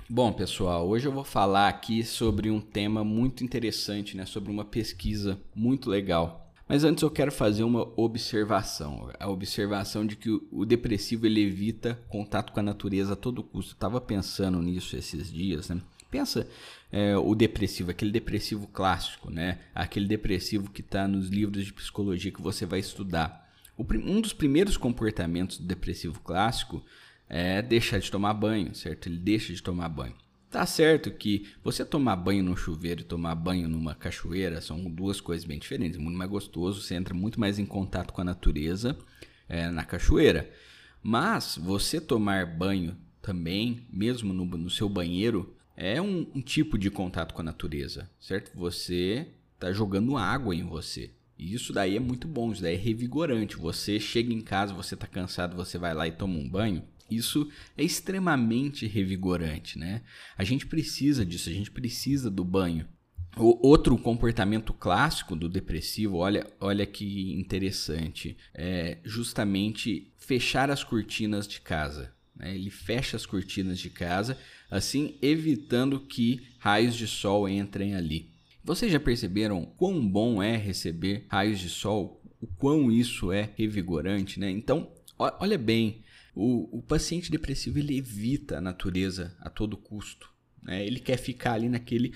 Bom, pessoal, hoje eu vou falar aqui sobre um tema muito interessante, né? Sobre uma pesquisa muito legal. Mas antes eu quero fazer uma observação. A observação de que o depressivo ele evita contato com a natureza a todo custo. Eu estava pensando nisso esses dias, né? Pensa o depressivo, aquele depressivo clássico, né? Aquele depressivo que está nos livros de psicologia que você vai estudar. Um dos primeiros comportamentos do depressivo clássico é deixar de tomar banho, certo? Ele deixa de tomar banho. Tá certo que você tomar banho num chuveiro e tomar banho numa cachoeira são duas coisas bem diferentes. É muito mais gostoso, você entra muito mais em contato com a natureza na cachoeira. Mas você tomar banho também, mesmo no seu banheiro, é um tipo de contato com a natureza, certo? Você tá jogando água em você. E isso daí é muito bom, isso daí é revigorante. Você chega em casa, você tá cansado, você vai lá e toma um banho. Isso é extremamente revigorante, né? A gente precisa disso, a gente precisa do banho. Outro comportamento clássico do depressivo, olha que interessante, é justamente fechar as cortinas de casa. Né? Ele fecha as cortinas de casa, assim evitando que raios de sol entrem ali. Vocês já perceberam quão bom é receber raios de sol? O quão isso é revigorante, né? Então, olha bem. O paciente depressivo ele evita a natureza a todo custo. Né? Ele quer ficar ali naquele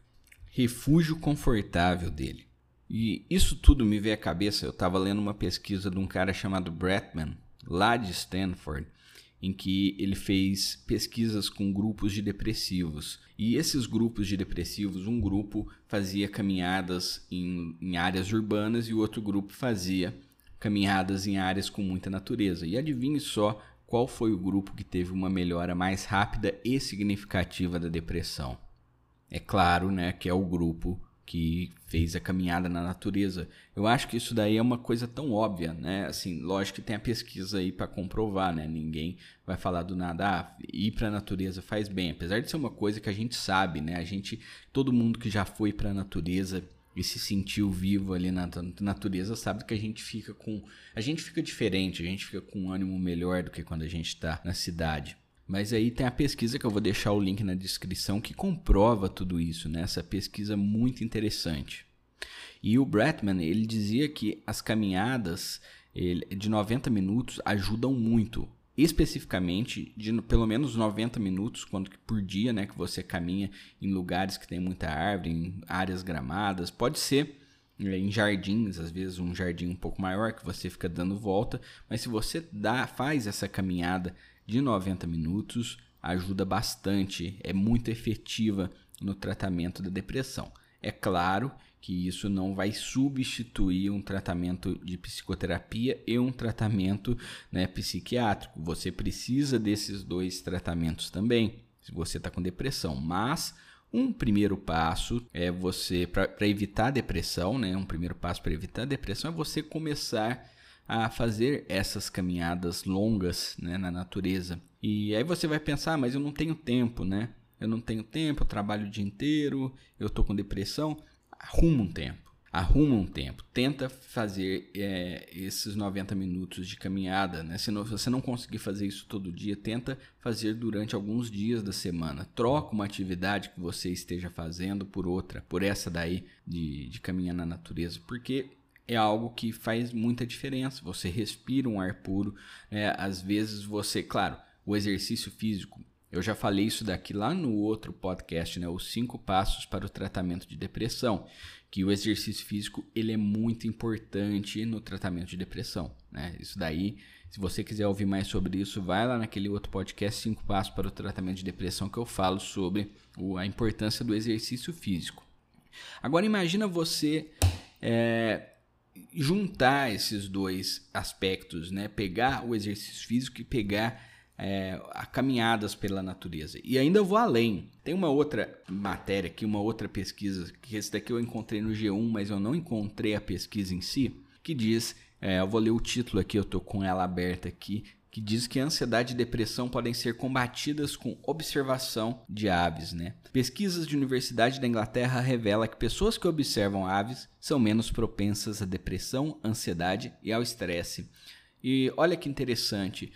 refúgio confortável dele. E isso tudo me veio à cabeça. Eu estava lendo uma pesquisa de um cara chamado Bretman, lá de Stanford, em que ele fez pesquisas com grupos de depressivos. E esses grupos de depressivos, um grupo fazia caminhadas em áreas urbanas e o outro grupo fazia caminhadas em áreas com muita natureza. E adivinhe só qual foi o grupo que teve uma melhora mais rápida e significativa da depressão. É claro, né, que é o grupo que fez a caminhada na natureza. Eu acho que isso daí é uma coisa tão óbvia, né? Assim, lógico que tem a pesquisa aí para comprovar, né? Ninguém vai falar do nada, ir para a natureza faz bem. Apesar de ser uma coisa que a gente sabe, né? Todo mundo que já foi para a natureza e se sentiu vivo ali na natureza sabe que a gente fica diferente, a gente fica com um ânimo melhor do que quando a gente está na cidade. Mas aí tem a pesquisa que eu vou deixar o link na descrição que comprova tudo isso, né? Essa pesquisa muito interessante. E o Bretman, ele dizia que as caminhadas de 90 minutos ajudam muito. Especificamente de pelo menos 90 minutos por dia, né, que você caminha em lugares que tem muita árvore, em áreas gramadas. Pode ser em jardins, às vezes um jardim um pouco maior que você fica dando volta. Mas se você faz essa caminhada de 90 minutos, ajuda bastante, é muito efetiva no tratamento da depressão. É claro que isso não vai substituir um tratamento de psicoterapia e um tratamento, né, psiquiátrico. Você precisa desses dois tratamentos também, se você está com depressão. Mas um primeiro passo é você, para evitar a depressão, né, um primeiro passo para evitar a depressão é você começar a fazer essas caminhadas longas, né, na natureza. E aí você vai pensar, mas eu não tenho tempo, né? Eu não tenho tempo, eu trabalho o dia inteiro, eu estou com depressão. Arruma um tempo. Tenta fazer esses 90 minutos de caminhada, né? Se você não conseguir fazer isso todo dia, tenta fazer durante alguns dias da semana. Troca uma atividade que você esteja fazendo por outra, por essa daí de caminhar na natureza, porque é algo que faz muita diferença. Você respira um ar puro, né? Às vezes claro, o exercício físico, eu já falei isso daqui lá no outro podcast, né? Os 5 passos para o tratamento de depressão, que o exercício físico ele é muito importante no tratamento de depressão, né? Isso daí, se você quiser ouvir mais sobre isso, vai lá naquele outro podcast, 5 passos para o tratamento de depressão, que eu falo sobre a importância do exercício físico. Agora imagina você juntar esses dois aspectos, né? Pegar o exercício físico e pegar caminhadas pela natureza. E ainda vou além. Tem uma outra matéria aqui, uma outra pesquisa, que esse daqui eu encontrei no G1, mas eu não encontrei a pesquisa em si, que diz, eu vou ler o título aqui, eu estou com ela aberta aqui, que diz que a ansiedade e depressão podem ser combatidas com observação de aves, né? Pesquisas de Universidade da Inglaterra revelam que pessoas que observam aves são menos propensas à depressão, ansiedade e ao estresse. E olha que interessante,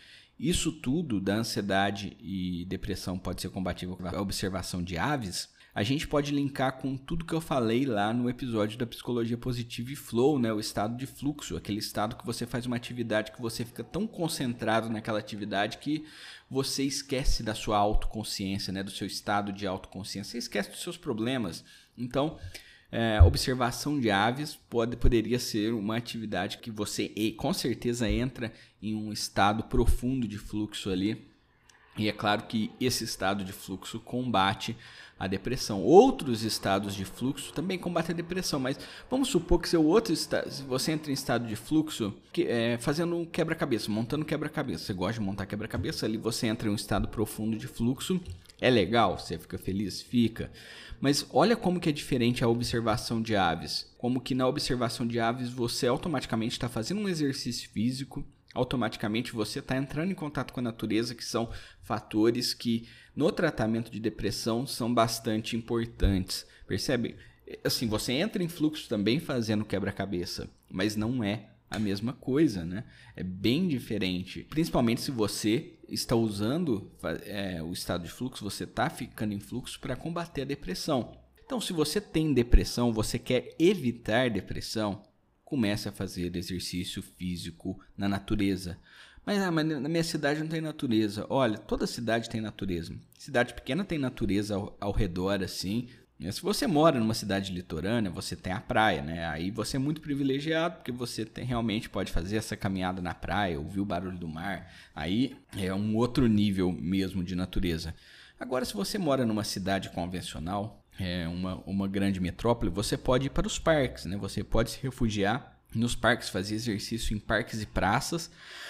isso tudo da ansiedade e depressão pode ser compatível com a observação de aves, a gente pode linkar com tudo que eu falei lá no episódio da psicologia positiva e flow, né? O estado de fluxo, aquele estado que você faz uma atividade que você fica tão concentrado naquela atividade que você esquece da sua autoconsciência, né? Do seu estado de autoconsciência, você esquece dos seus problemas. Então, observação de aves poderia ser uma atividade que você com certeza entra em um estado profundo de fluxo ali. E é claro que esse estado de fluxo combate a depressão. Outros estados de fluxo também combatem a depressão, mas vamos supor que se você entra em estado de fluxo fazendo um quebra-cabeça, montando quebra-cabeça. Você gosta de montar quebra-cabeça, ali você entra em um estado profundo de fluxo. É legal, você fica feliz? Fica. Mas olha como que é diferente a observação de aves. Como que na observação de aves você automaticamente está fazendo um exercício físico, automaticamente você está entrando em contato com a natureza, que são fatores que no tratamento de depressão são bastante importantes. Percebe? Assim, você entra em fluxo também fazendo quebra-cabeça, mas não é a mesma coisa, né? É bem diferente. Principalmente se você está usando o estado de fluxo, você está ficando em fluxo para combater a depressão. Então, se você tem depressão, você quer evitar depressão, comece a fazer exercício físico na natureza. Mas na minha cidade não tem natureza. Olha, toda cidade tem natureza. Cidade pequena tem natureza ao redor, assim. Se você mora numa cidade litorânea, você tem a praia, né? Aí você é muito privilegiado, porque você realmente pode fazer essa caminhada na praia, ouvir o barulho do mar. Aí é um outro nível mesmo de natureza. Agora, se você mora numa cidade convencional, uma grande metrópole, você pode ir para os parques, né? Você pode se refugiar nos parques, fazer exercício em parques e praças,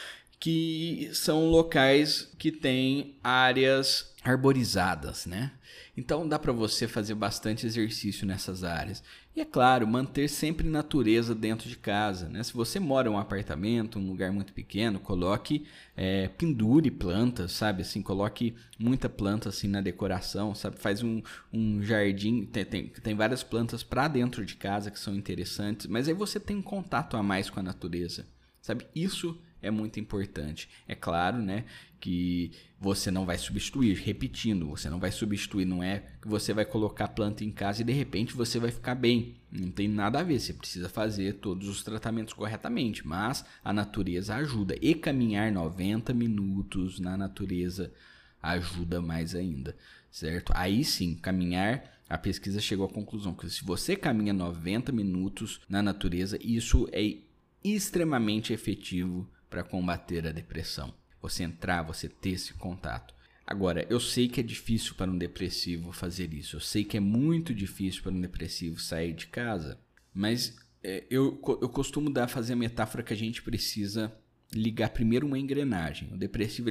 que são locais que têm áreas arborizadas, né? Então dá para você fazer bastante exercício nessas áreas. E é claro, manter sempre natureza dentro de casa, né? Se você mora em um apartamento, um lugar muito pequeno, pendure plantas, sabe? Assim, coloque muita planta assim na decoração, sabe? Faz um jardim, tem várias plantas para dentro de casa que são interessantes, mas aí você tem um contato a mais com a natureza, sabe? Isso é muito importante. É claro, né, que você não vai substituir, repetindo, você não vai substituir, não é que você vai colocar planta em casa e de repente você vai ficar bem. Não tem nada a ver, você precisa fazer todos os tratamentos corretamente, mas a natureza ajuda. E caminhar 90 minutos na natureza ajuda mais ainda, certo? Aí sim, caminhar, a pesquisa chegou à conclusão que se você caminha 90 minutos na natureza, isso é extremamente efetivo para combater a depressão. Você entrar, você ter esse contato. Agora, eu sei que é difícil para um depressivo fazer isso. Eu sei que é muito difícil para um depressivo sair de casa. Mas eu costumo fazer a metáfora que a gente precisa ligar primeiro uma engrenagem. O depressivo,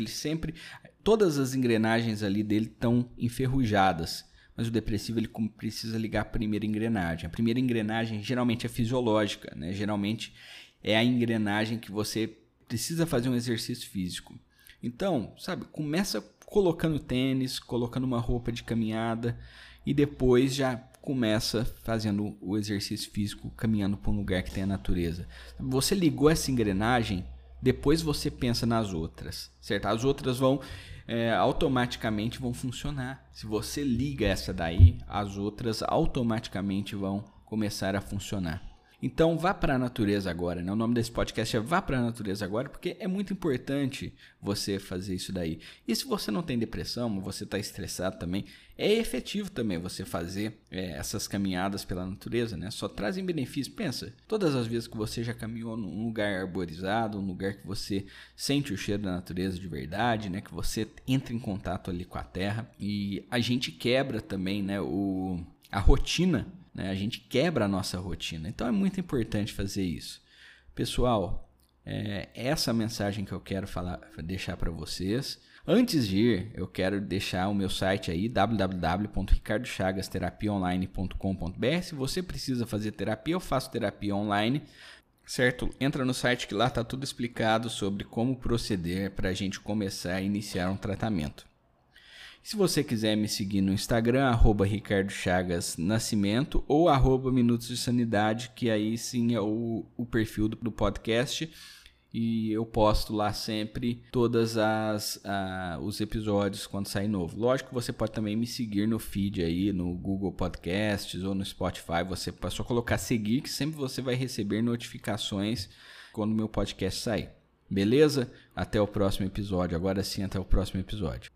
todas as engrenagens ali dele estão enferrujadas. Mas o depressivo ele precisa ligar a primeira engrenagem. A primeira engrenagem geralmente é fisiológica, né? Geralmente é a engrenagem que você precisa fazer um exercício físico. Então, sabe, começa colocando tênis, colocando uma roupa de caminhada e depois já começa fazendo o exercício físico, caminhando para um lugar que tem a natureza. Você ligou essa engrenagem, depois você pensa nas outras, certo? As outras automaticamente vão funcionar. Se você liga essa daí, as outras automaticamente vão começar a funcionar. Então, vá para a natureza agora, né? O nome desse podcast é Vá para a Natureza Agora, porque é muito importante você fazer isso daí. E se você não tem depressão, você está estressado também, é efetivo também você fazer essas caminhadas pela natureza, né? Só trazem benefícios. Pensa, todas as vezes que você já caminhou num lugar arborizado, um lugar que você sente o cheiro da natureza de verdade, né? Que você entra em contato ali com a terra. E a gente quebra também, né? A rotina, né? A gente quebra a nossa rotina. Então é muito importante fazer isso. Pessoal, essa é a mensagem que eu quero deixar para vocês. Antes de ir, eu quero deixar o meu site aí, www.ricardochagasterapiaonline.com.br. Se você precisa fazer terapia, eu faço terapia online, certo? Entra no site que lá está tudo explicado sobre como proceder para a gente começar a iniciar um tratamento. Se você quiser me seguir no Instagram, @RicardoChagasNascimento ou @Minutos de Sanidade, que aí sim é o perfil do podcast. e eu posto lá sempre todas os episódios quando sair novo. Lógico que você pode também me seguir no feed aí, no Google Podcasts ou no Spotify. Você pode só colocar seguir, que sempre você vai receber notificações quando o meu podcast sair. Beleza? Até o próximo episódio. Agora sim, até o próximo episódio.